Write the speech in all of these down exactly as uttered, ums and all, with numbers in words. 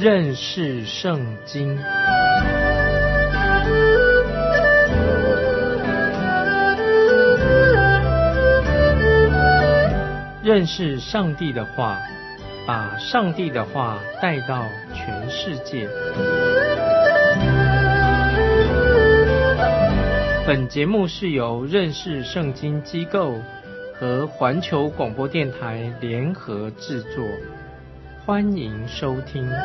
认识圣经。认识上帝的话，把上帝的话带到全世界。本节目是由认识圣经机构和环球广播电台联合制作，欢迎收听。亲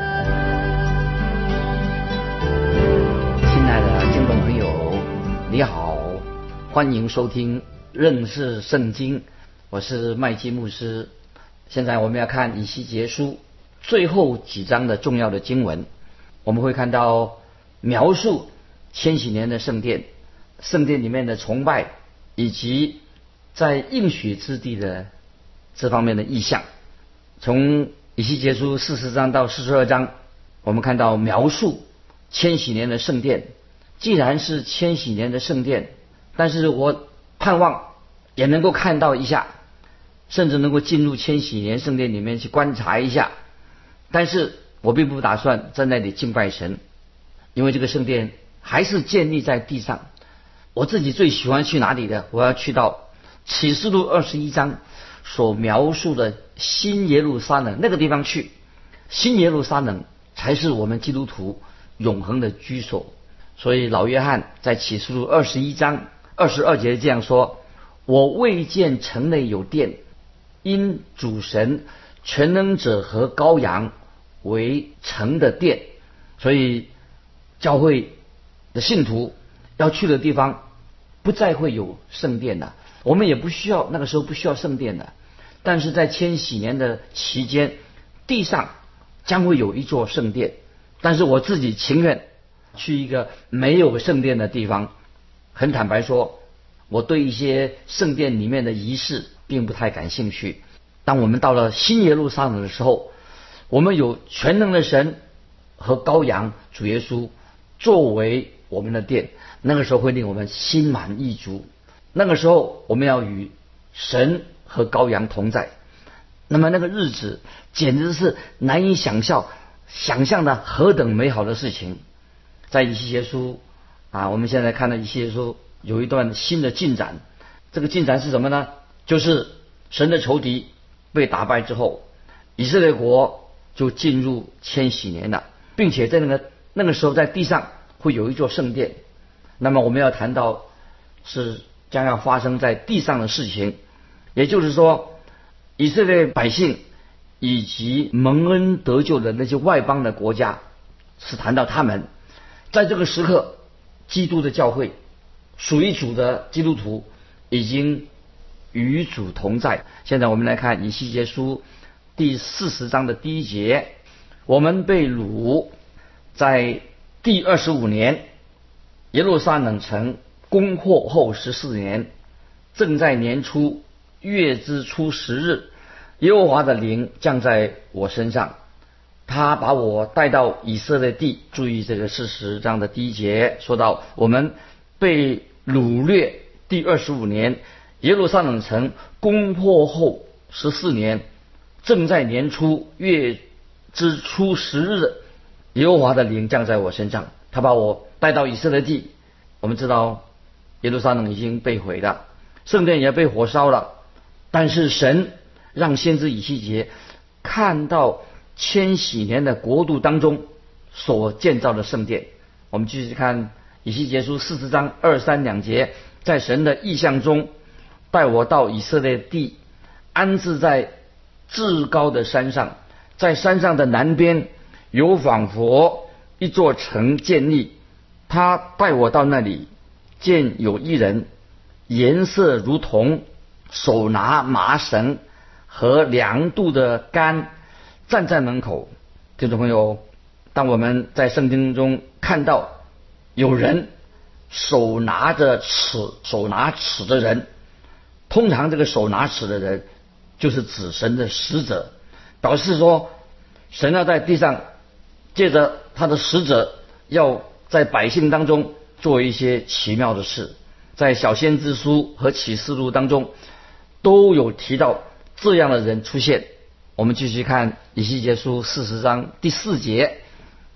爱的听众朋友，你好，欢迎收听认识圣经，我是麦基牧师。现在我们要看以西结书最后几章的重要的经文，我们会看到描述千禧年的圣殿，圣殿里面的崇拜，以及在应许之地的这方面的意象。从以西结书四十章到四十二章，我们看到描述千禧年的圣殿。既然是千禧年的圣殿，但是我盼望也能够看到一下，甚至能够进入千禧年圣殿里面去观察一下。但是我并不打算在那里敬拜神，因为这个圣殿还是建立在地上。我自己最喜欢去哪里的？我要去到启示录二十一章所描述的新耶路撒冷那个地方去。新耶路撒冷才是我们基督徒永恒的居所。所以老约翰在启示录二十一章二十二节这样说：我未见城内有殿，因主神全能者和羔羊为城的殿。所以教会的信徒要去的地方不再会有圣殿了，我们也不需要，那个时候不需要圣殿了。但是在千禧年的期间，地上将会有一座圣殿，但是我自己情愿去一个没有圣殿的地方。很坦白说，我对一些圣殿里面的仪式并不太感兴趣。当我们到了新耶路撒冷的时候，我们有全能的神和羔羊主耶稣作为我们的殿，那个时候会令我们心满意足。那个时候我们要与神和羔羊同在，那么那个日子简直是难以想象想象的何等美好的事情。在以西结书啊，我们现在看到以西结书有一段新的进展。这个进展是什么呢？就是神的仇敌被打败之后，以色列国就进入千禧年了，并且在那个那个时候在地上会有一座圣殿。那么我们要谈到是将要发生在地上的事情，也就是说以色列百姓以及蒙恩得救的那些外邦的国家，是谈到他们在这个时刻，基督的教会属于主的基督徒已经与主同在。现在我们来看以西结书第四十章的第一节：我们被掳在第二十五年，耶路撒冷城攻破后十四年，正在年初月之初十日，耶和华的灵降在我身上，他把我带到以色列地。注意这个四十章的第一节说到，我们被掳掠第二十五年，耶路撒冷城攻破后十四年，正在年初月之初十日，耶和华的灵降在我身上，他把我带到以色列地。我们知道耶路撒冷已经被毁了，圣殿也被火烧了，但是神让先知以西结看到千禧年的国度当中所建造的圣殿。我们继续看以西结书四十章二三两节：在神的意象中，带我到以色列地，安置在至高的山上，在山上的南边有仿佛一座城建立。他带我到那里，见有一人，颜色如铜，手拿麻绳和量度的杆，站在门口。听众朋友，当我们在圣经中看到有人手拿着尺，手拿尺的人，通常这个手拿尺的人就是指神的使者，表示说神要在地上借着他的使者，要在百姓当中做一些奇妙的事。在小先知书和启示录当中都有提到这样的人出现。我们继续看以西结书四十章第四节：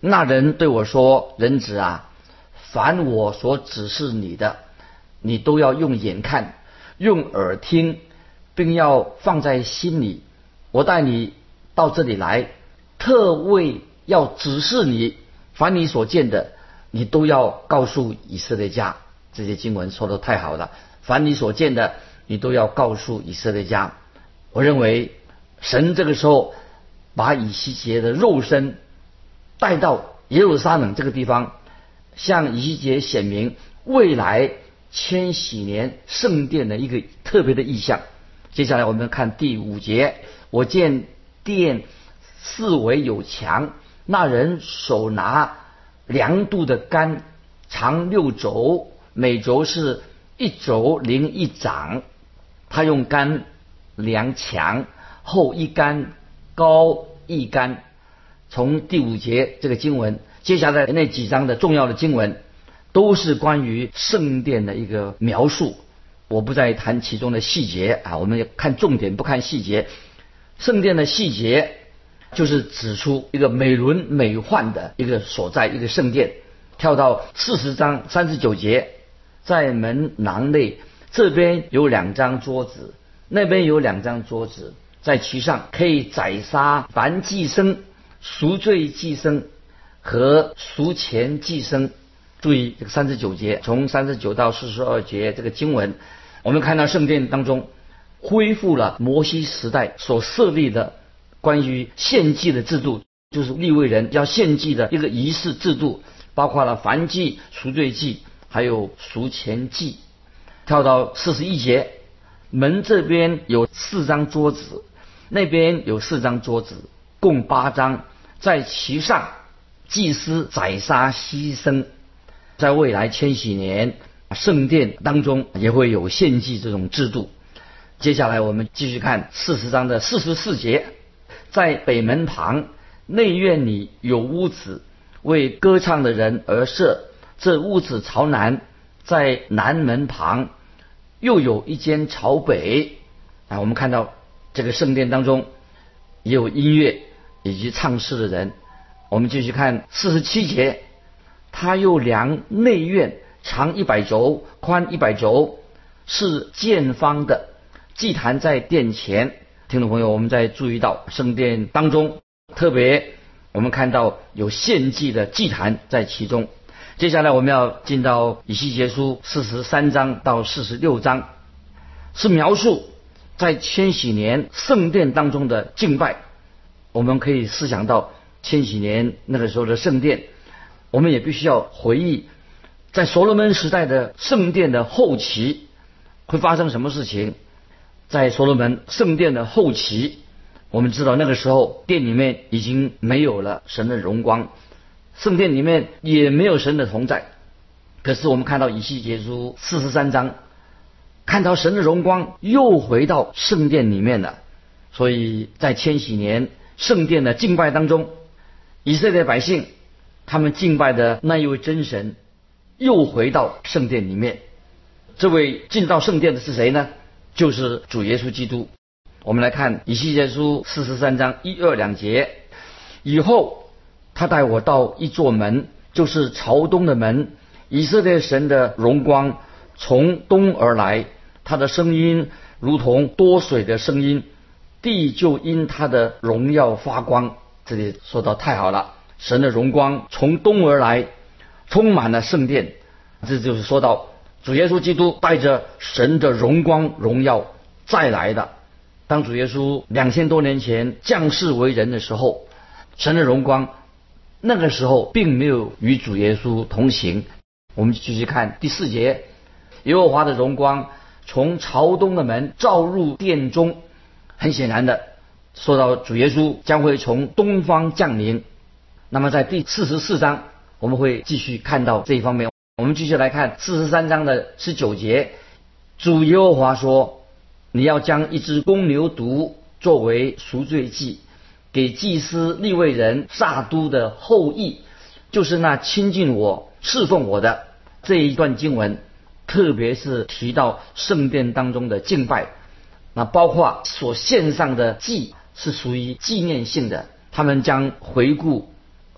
那人对我说：人子啊，凡我所指示你的，你都要用眼看，用耳听，并要放在心里。我带你到这里来，特为要指示你，凡你所见的，你都要告诉以色列家。这些经文说得太好了，凡你所见的，你都要告诉以色列家。我认为神这个时候把以西结的肉身带到耶路撒冷这个地方，向以西结显明未来千禧年圣殿的一个特别的意象。接下来我们看第五节，我见殿四围有墙，那人手拿量度的杆，长六肘，每肘是一肘零一掌。他用杆量墙，厚一杆，高一杆。从第五节这个经文，接下来那几章的重要的经文，都是关于圣殿的一个描述。我不再谈其中的细节啊，我们看重点，不看细节。圣殿的细节就是指出一个美轮美奂的一个所在，一个圣殿。跳到四十章三十九节，在门廊内，这边有两张桌子，那边有两张桌子，在其上可以宰杀燔祭牲、赎罪祭牲和赎钱祭牲。注意这个三十九节，从三十九到四十二节这个经文，我们看到圣殿当中恢复了摩西时代所设立的关于献祭的制度，就是利未人要献祭的一个仪式制度，包括了燔祭、赎罪祭还有赎钱祭。跳到四十一节，门这边有四张桌子，那边有四张桌子，共八张，在其上祭司宰杀牺牲。在未来千禧年圣殿当中也会有献祭这种制度。接下来我们继续看四十章的四十四节，在北门旁内院里有屋子，为歌唱的人而设，这屋子朝南，在南门旁又有一间朝北。啊，我们看到这个圣殿当中也有音乐以及唱诗的人。我们继续看四十七节，他又量内院，长一百肘，宽一百肘，是见方的。祭坛在殿前。听众朋友，我们在注意到圣殿当中，特别我们看到有献祭的祭坛在其中。接下来我们要进到以西结书四十三章到四十六章，是描述在千禧年圣殿当中的敬拜。我们可以思想到千禧年那个时候的圣殿，我们也必须要回忆在所罗门时代的圣殿的后期会发生什么事情。在所罗门圣殿的后期，我们知道那个时候殿里面已经没有了神的荣光，圣殿里面也没有神的同在。可是我们看到以西结书四十三章，看到神的荣光又回到圣殿里面了。所以在千禧年圣殿的敬拜当中，以色列百姓他们敬拜的那一位真神又回到圣殿里面。这位进到圣殿的是谁呢？就是主耶稣基督。我们来看以西结书四十三章一二两节，以后他带我到一座门，就是朝东的门，以色列神的荣光从东而来，他的声音如同多水的声音，地就因他的荣耀发光。这里说到太好了，神的荣光从东而来，充满了圣殿。这就是说到主耶稣基督带着神的荣光荣耀再来的。当主耶稣两千多年前降世为人的时候，神的荣光那个时候并没有与主耶稣同行。我们继续看第四节，耶和华的荣光从朝东的门照入殿中。很显然的说到主耶稣将会从东方降临。那么在第四十四章我们会继续看到这一方面。我们继续来看四十三章的十九节，主耶和华说，你要将一只公牛犊作为赎罪祭，给祭司利未人撒督的后裔，就是那亲近我侍奉我的。这一段经文特别是提到圣殿当中的敬拜，那包括所献上的祭是属于纪念性的，他们将回顾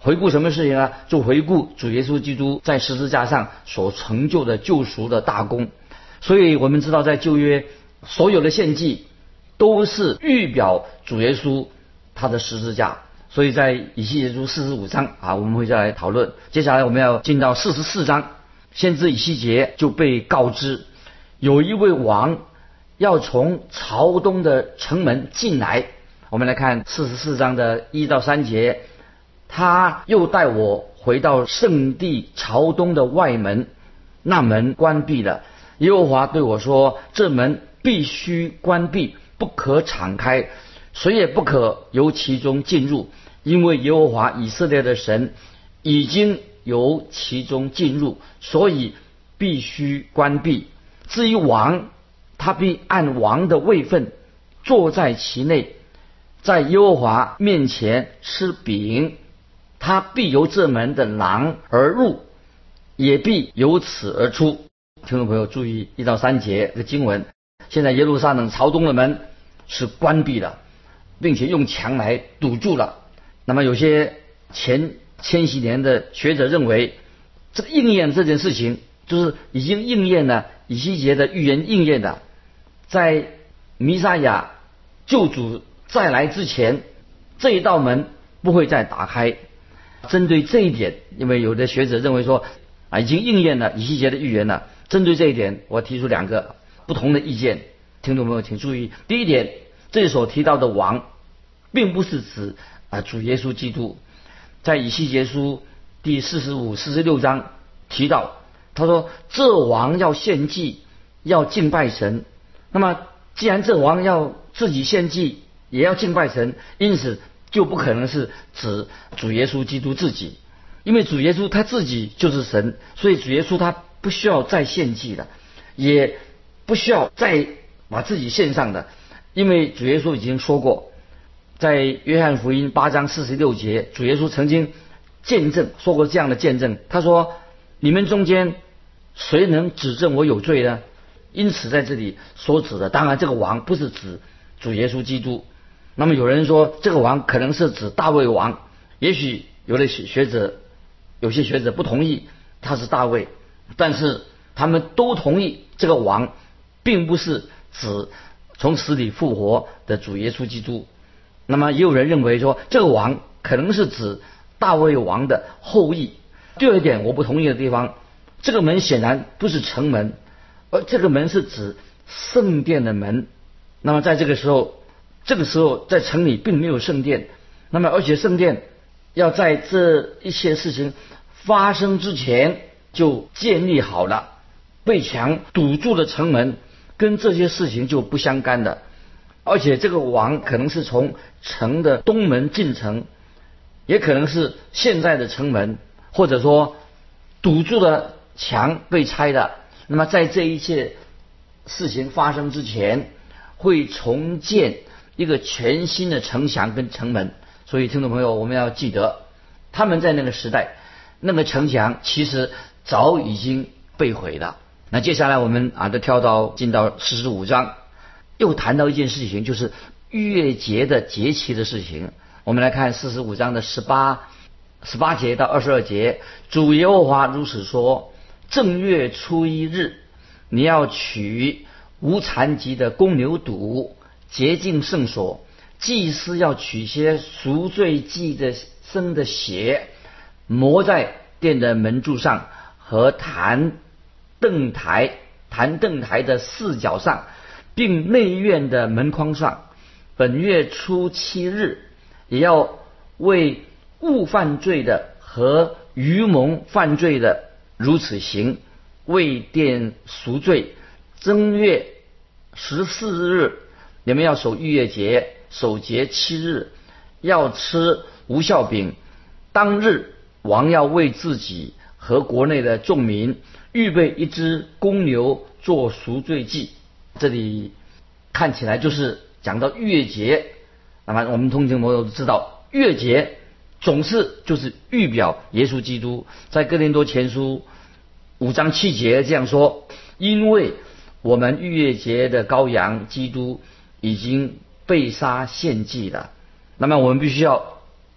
回顾什么事情呢？就回顾主耶稣基督在十字架上所成就的救赎的大功。所以我们知道，在旧约所有的献祭都是预表主耶稣他的十字架。所以在以西结书四十五章啊，我们会再来讨论。接下来我们要进到四十四章，先知以西结就被告知有一位王要从朝东的城门进来。我们来看四十四章的一到三节，他又带我回到圣地朝东的外门，那门关闭了。耶和华对我说，这门必须关闭，不可敞开，谁也不可由其中进入，因为耶和华以色列的神已经由其中进入，所以必须关闭。至于王，他必按王的位分坐在其内，在耶和华面前吃饼，他必由这门的廊而入，也必由此而出。听众朋友注意一到三节的经文，现在耶路撒冷朝东的门是关闭了，并且用墙来堵住了。那么有些前千禧年的学者认为，这个应验这件事情就是已经应验了以西结的预言应验的，在弥撒亚救主再来之前，这一道门不会再打开。针对这一点，因为有的学者认为说啊，已经应验了以西结的预言了。针对这一点，我提出两个不同的意见，听众朋友请注意。第一点，这里所提到的王并不是指啊主耶稣基督。在以西结书第四十五、四十六章提到，他说这王要献祭，要敬拜神。那么既然这王要自己献祭，也要敬拜神，因此就不可能是指主耶稣基督自己，因为主耶稣他自己就是神，所以主耶稣他不需要再献祭的，也不需要再把自己献上的，因为主耶稣已经说过，在约翰福音八章四十六节，主耶稣曾经见证说过这样的见证，他说你们中间谁能指证我有罪呢？因此在这里所指的，当然这个王不是指主耶稣基督。那么有人说这个王可能是指大卫王，也许有的学者有些学者不同意他是大卫，但是他们都同意这个王并不是指从死里复活的主耶稣基督。那么也有人认为说这个王可能是指大卫王的后裔。第二点我不同意的地方，这个门显然不是城门，而这个门是指圣殿的门。那么在这个时候这个时候在城里并没有圣殿，那么而且圣殿要在这一切事情发生之前就建立好了，被墙堵住的城门跟这些事情就不相干的。而且这个王可能是从城的东门进城，也可能是现在的城门，或者说堵住的墙被拆了。那么在这一切事情发生之前，会重建一个全新的城墙跟城门。所以听众朋友，我们要记得，他们在那个时代，那个城墙其实早已经被毁了。那接下来我们啊，就跳到进到四十五章，又谈到一件事情，就是逾越节的节期的事情。我们来看四十五章的十八十八节到二十二节，主耶和华如此说：正月初一日，你要取无残疾的公牛犊，洁净圣所。祭司要取些赎罪祭的生的血，抹在殿的门柱上和坛凳台坛凳台的四角上，并内院的门框上。本月初七日，也要为误犯罪的和愚蒙犯罪的如此行，为殿赎罪。正月十四日，你们要守逾越节，守节七日，要吃无酵饼。当日王要为自己和国内的众民预备一只公牛做赎罪祭。这里看起来就是讲到逾越节。那么我们通勤朋友都知道，逾越节总是就是预表耶稣基督。在哥林多前书五章七节这样说：因为我们逾越节的羔羊基督已经被杀献祭了。那么我们必须要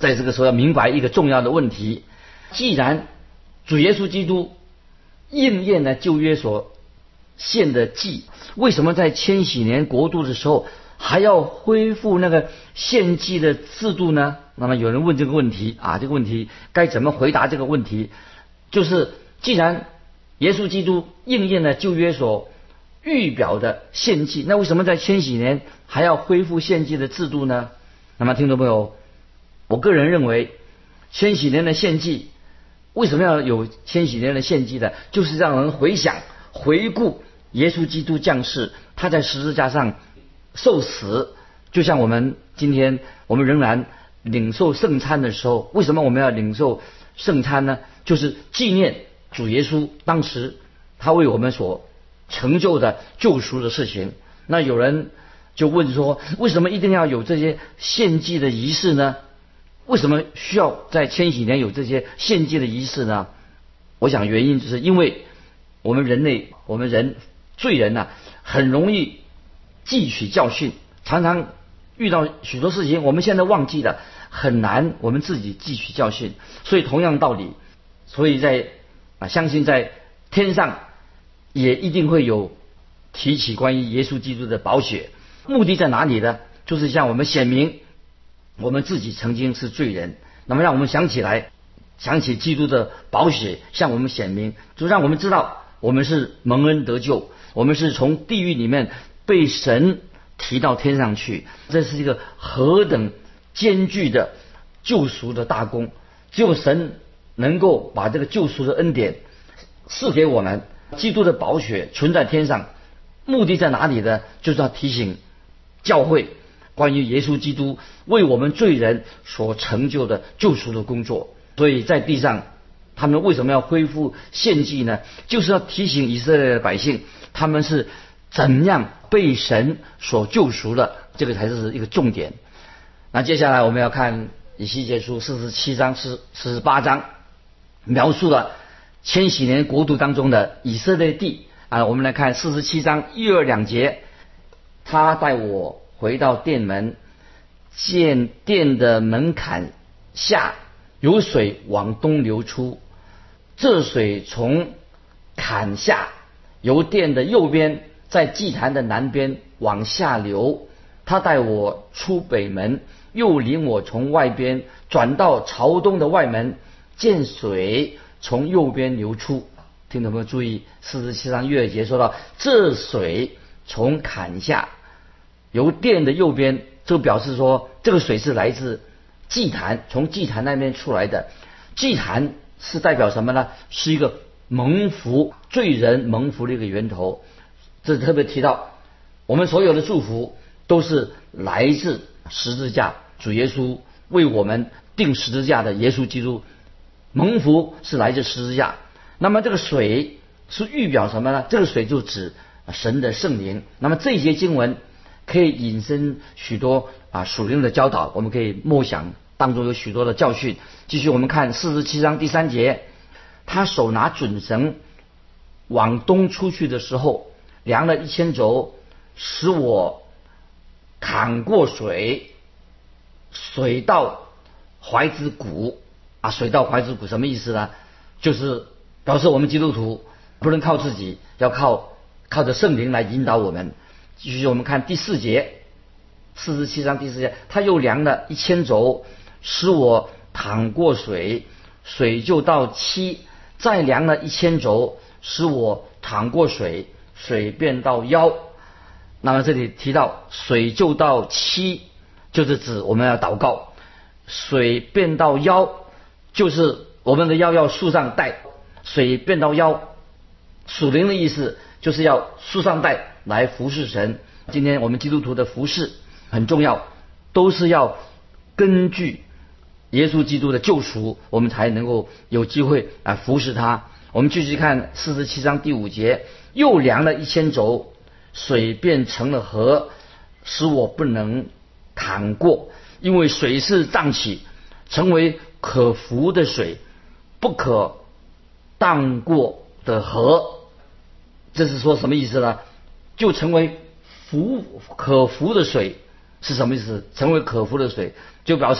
在这个时候要明白一个重要的问题：既然主耶稣基督应验了旧约所献的祭，为什么在千禧年国度的时候还要恢复那个献祭的制度呢？那么有人问这个问题啊，这个问题该怎么回答这个问题？就是既然耶稣基督应验了旧约所预表的献祭，那为什么在千禧年还要恢复献祭的制度呢？那么听众朋友，我个人认为千禧年的献祭为什么要有千禧年的献祭呢？就是让人回想回顾耶稣基督降世，他在十字架上受死，就像我们今天我们仍然领受圣餐的时候，为什么我们要领受圣餐呢？就是纪念主耶稣当时他为我们所成就的救赎的事情。那有人就问说，为什么一定要有这些献祭的仪式呢？为什么需要在千禧年有这些献祭的仪式呢？我想原因就是因为我们人类，我们人罪人啊，很容易汲取教训，常常遇到许多事情我们现在忘记了，很难我们自己汲取教训。所以同样道理，所以在啊，相信在天上也一定会有提起关于耶稣基督的宝血。目的在哪里呢？就是向我们显明我们自己曾经是罪人，那么让我们想起来，想起基督的宝血向我们显明，就让我们知道我们是蒙恩得救，我们是从地狱里面被神提到天上去。这是一个何等艰巨的救赎的大功，只有神能够把这个救赎的恩典赐给我们。基督的宝血存在天上，目的在哪里呢？就是要提醒教会关于耶稣基督为我们罪人所成就的救赎的工作。所以在地上他们为什么要恢复献祭呢？就是要提醒以色列的百姓他们是怎样被神所救赎的，这个才是一个重点。那接下来我们要看以西结书四十七章四十八章，描述了千禧年国度当中的以色列地啊。我们来看四十七章一二两节，他带我回到殿门，见殿的门槛下有水往东流出，这水从坎下由殿的右边，在祭坛的南边往下流。他带我出北门，又领我从外边转到朝东的外门，见水从右边流出。听众朋友注意，四十七章第二节说到这水从坎下由殿的右边，就表示说这个水是来自祭坛，从祭坛那边出来的。祭坛是代表什么呢？是一个蒙福，罪人蒙福的一个源头。这特别提到我们所有的祝福都是来自十字架，主耶稣为我们钉十字架的耶稣基督，蒙福是来自十字架。那么这个水是预表什么呢？这个水就指神的圣灵。那么这些经文可以引申许多啊属灵的教导，我们可以默想当中有许多的教训。继续我们看四十七章第三节，他手拿准绳往东出去的时候，量了一千轴，使我淌过水，水到怀子骨啊，水到怀子骨什么意思呢？就是表示我们基督徒不能靠自己，要靠靠着圣灵来引导我们。继续我们看第四节，四十七章第四节，他又量了一千轴，使我淌过水，水就到七，再量了一千轴，使我淌过水，水变到腰。那么这里提到水就到七，就是指我们要祷告；水变到腰，就是我们的腰要束上带。水变到腰，属灵的意思就是要束上带来服侍神。今天我们基督徒的服侍很重要，都是要根据耶稣基督的救赎，我们才能够有机会来服侍他。我们继续看四十七章第五节，又量了一千轴，水变成了河，使我不能淌过，因为水是涨起，成为可服的水，不可荡过的河。这是说什么意思呢？就成为服可服的水是什么意思？成为可服的水就表示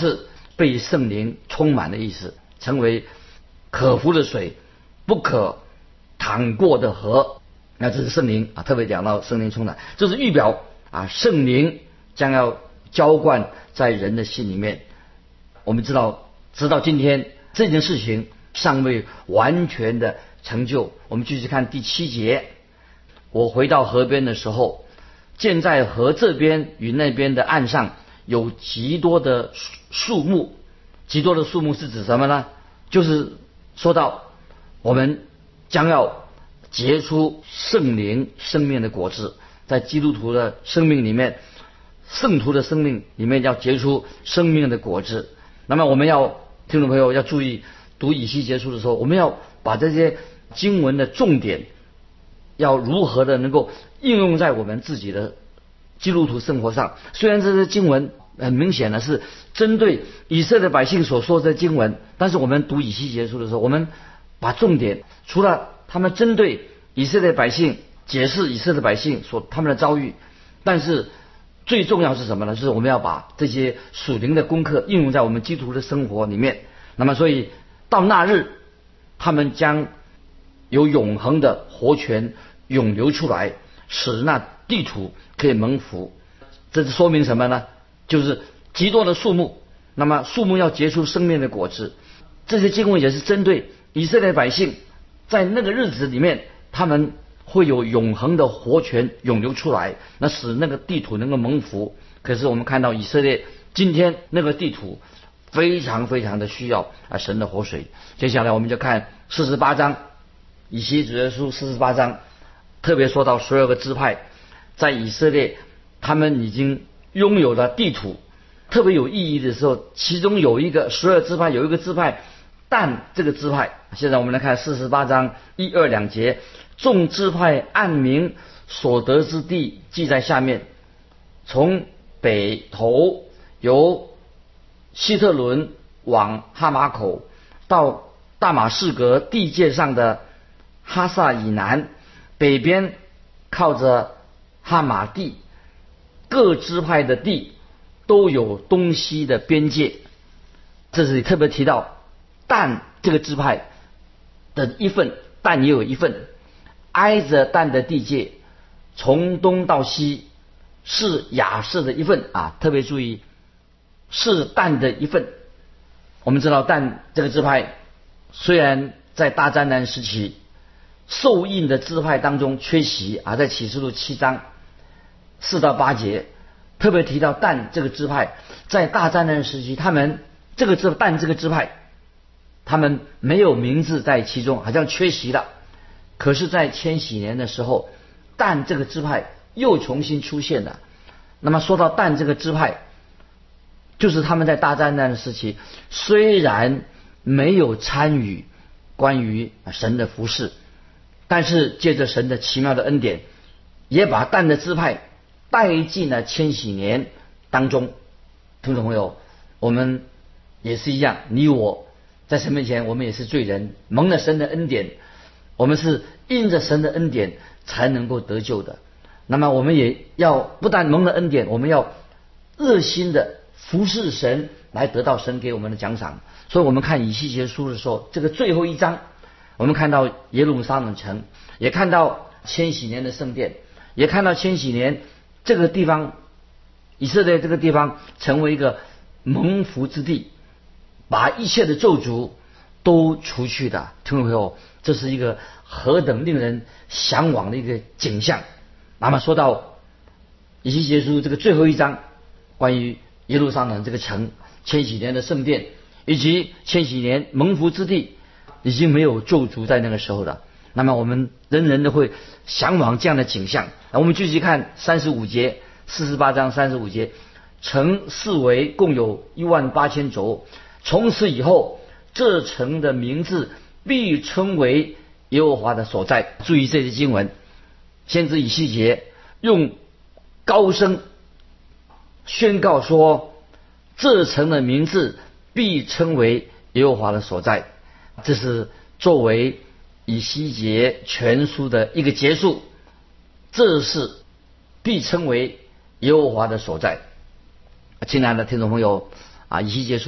被圣灵充满的意思，成为可服的水，不可淌过的河。那这是圣灵啊，特别讲到圣灵充满，这是预表啊，圣灵将要浇灌在人的心里面。我们知道，直到今天这件事情尚未完全的成就。我们继续看第七节，我回到河边的时候，见在河这边与那边的岸上有极多的树木。极多的树木是指什么呢？就是说到我们将要结出圣灵生命的果子，在基督徒的生命里面，圣徒的生命里面要结出生命的果子。那么我们要听众朋友要注意，读以西结书的时候，我们要把这些经文的重点要如何的能够应用在我们自己的基督徒生活上。虽然这些经文很明显的是针对以色列百姓所说的经文，但是我们读以西结书的时候，我们把重点除了他们针对以色列百姓解释以色列百姓所他们的遭遇，但是最重要是什么呢？就是我们要把这些属灵的功课应用在我们基督徒的生活里面。那么所以到那日，他们将有永恒的活泉涌流出来，使那地土可以蒙福。这是说明什么呢？就是极多的树木，那么树木要结出生命的果子。这些经文也是针对以色列百姓，在那个日子里面，他们会有永恒的活泉涌流出来，那使那个地土能够蒙福。可是我们看到以色列今天那个地土非常非常的需要啊神的活水。接下来我们就看四十八章，以西结书四十八章，特别说到十二个支派在以色列他们已经拥有了地土。特别有意义的时候，其中有一个十二支派，有一个支派但这个支派，现在我们来看四十八章一二两节，众支派按名所得之地记在下面。从北头由希特伦往哈马口，到大马士革地界上的哈萨以南，北边靠着哈马地，各支派的地都有东西的边界。这是特别提到但这个支派的一份，但也有一份挨着但的地界，从东到西是亚氏的一份啊，特别注意是但的一份。我们知道但这个支派虽然在大灾难时期受印的支派当中缺席啊，在启示录七章四到八节特别提到但这个支派在大灾难时期，他们这个支但这个支派他们没有名字在其中，好像缺席了。可是在千禧年的时候，但这个支派又重新出现了。那么说到但这个支派，就是他们在大灾难的时期虽然没有参与关于神的服事，但是借着神的奇妙的恩典，也把但的支派带进了千禧年当中。听众朋友，我们也是一样，你我在神面前我们也是罪人，蒙了神的恩典，我们是因着神的恩典才能够得救的。那么我们也要不但蒙了恩典，我们要热心的服侍神，来得到神给我们的奖赏。所以我们看以西结书的时候，这个最后一章，我们看到耶路撒冷城，也看到千禧年的圣殿，也看到千禧年这个地方，以色列这个地方成为一个蒙福之地，把一切的咒诅都除去的。听众朋友，这是一个何等令人向往的一个景象。那么说到以西结书这个最后一章，关于耶路撒冷这个城，千禧年的圣殿，以及千禧年蒙福之地，已经没有咒诅在那个时候了。那么我们人人都会向往这样的景象。我们继续看三十五节，四十八章三十五节，城四围共有一万八千轴，从此以后这城的名字必称为耶和华的所在。注意这些经文，先知以西结用高声宣告说，这城的名字必称为耶和华的所在。这是作为以西结全书的一个结束，这是必称为耶和华的所在。亲爱的听众朋友啊，以西结书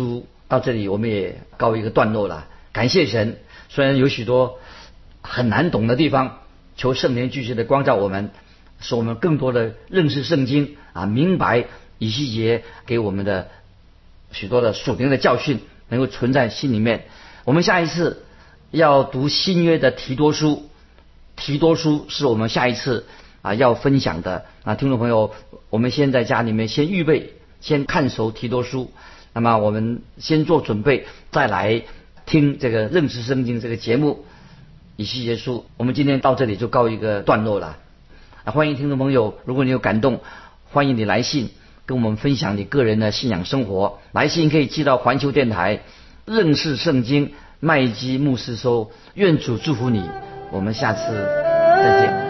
到这里我们也告一个段落了。感谢神，虽然有许多很难懂的地方，求圣灵继续的光照我们，使我们更多的认识圣经啊，明白以西结给我们的许多的属灵的教训能够存在心里面。我们下一次要读新约的提多书，提多书是我们下一次啊要分享的啊，听众朋友，我们先在家里面先预备，先看熟提多书，那么我们先做准备，再来听这个认识圣经这个节目以西结书。我们今天到这里就告一个段落了啊，欢迎听众朋友，如果你有感动，欢迎你来信跟我们分享你个人的信仰生活。来信可以寄到环球电台认识圣经麦基牧师收。愿主祝福你，我们下次再见。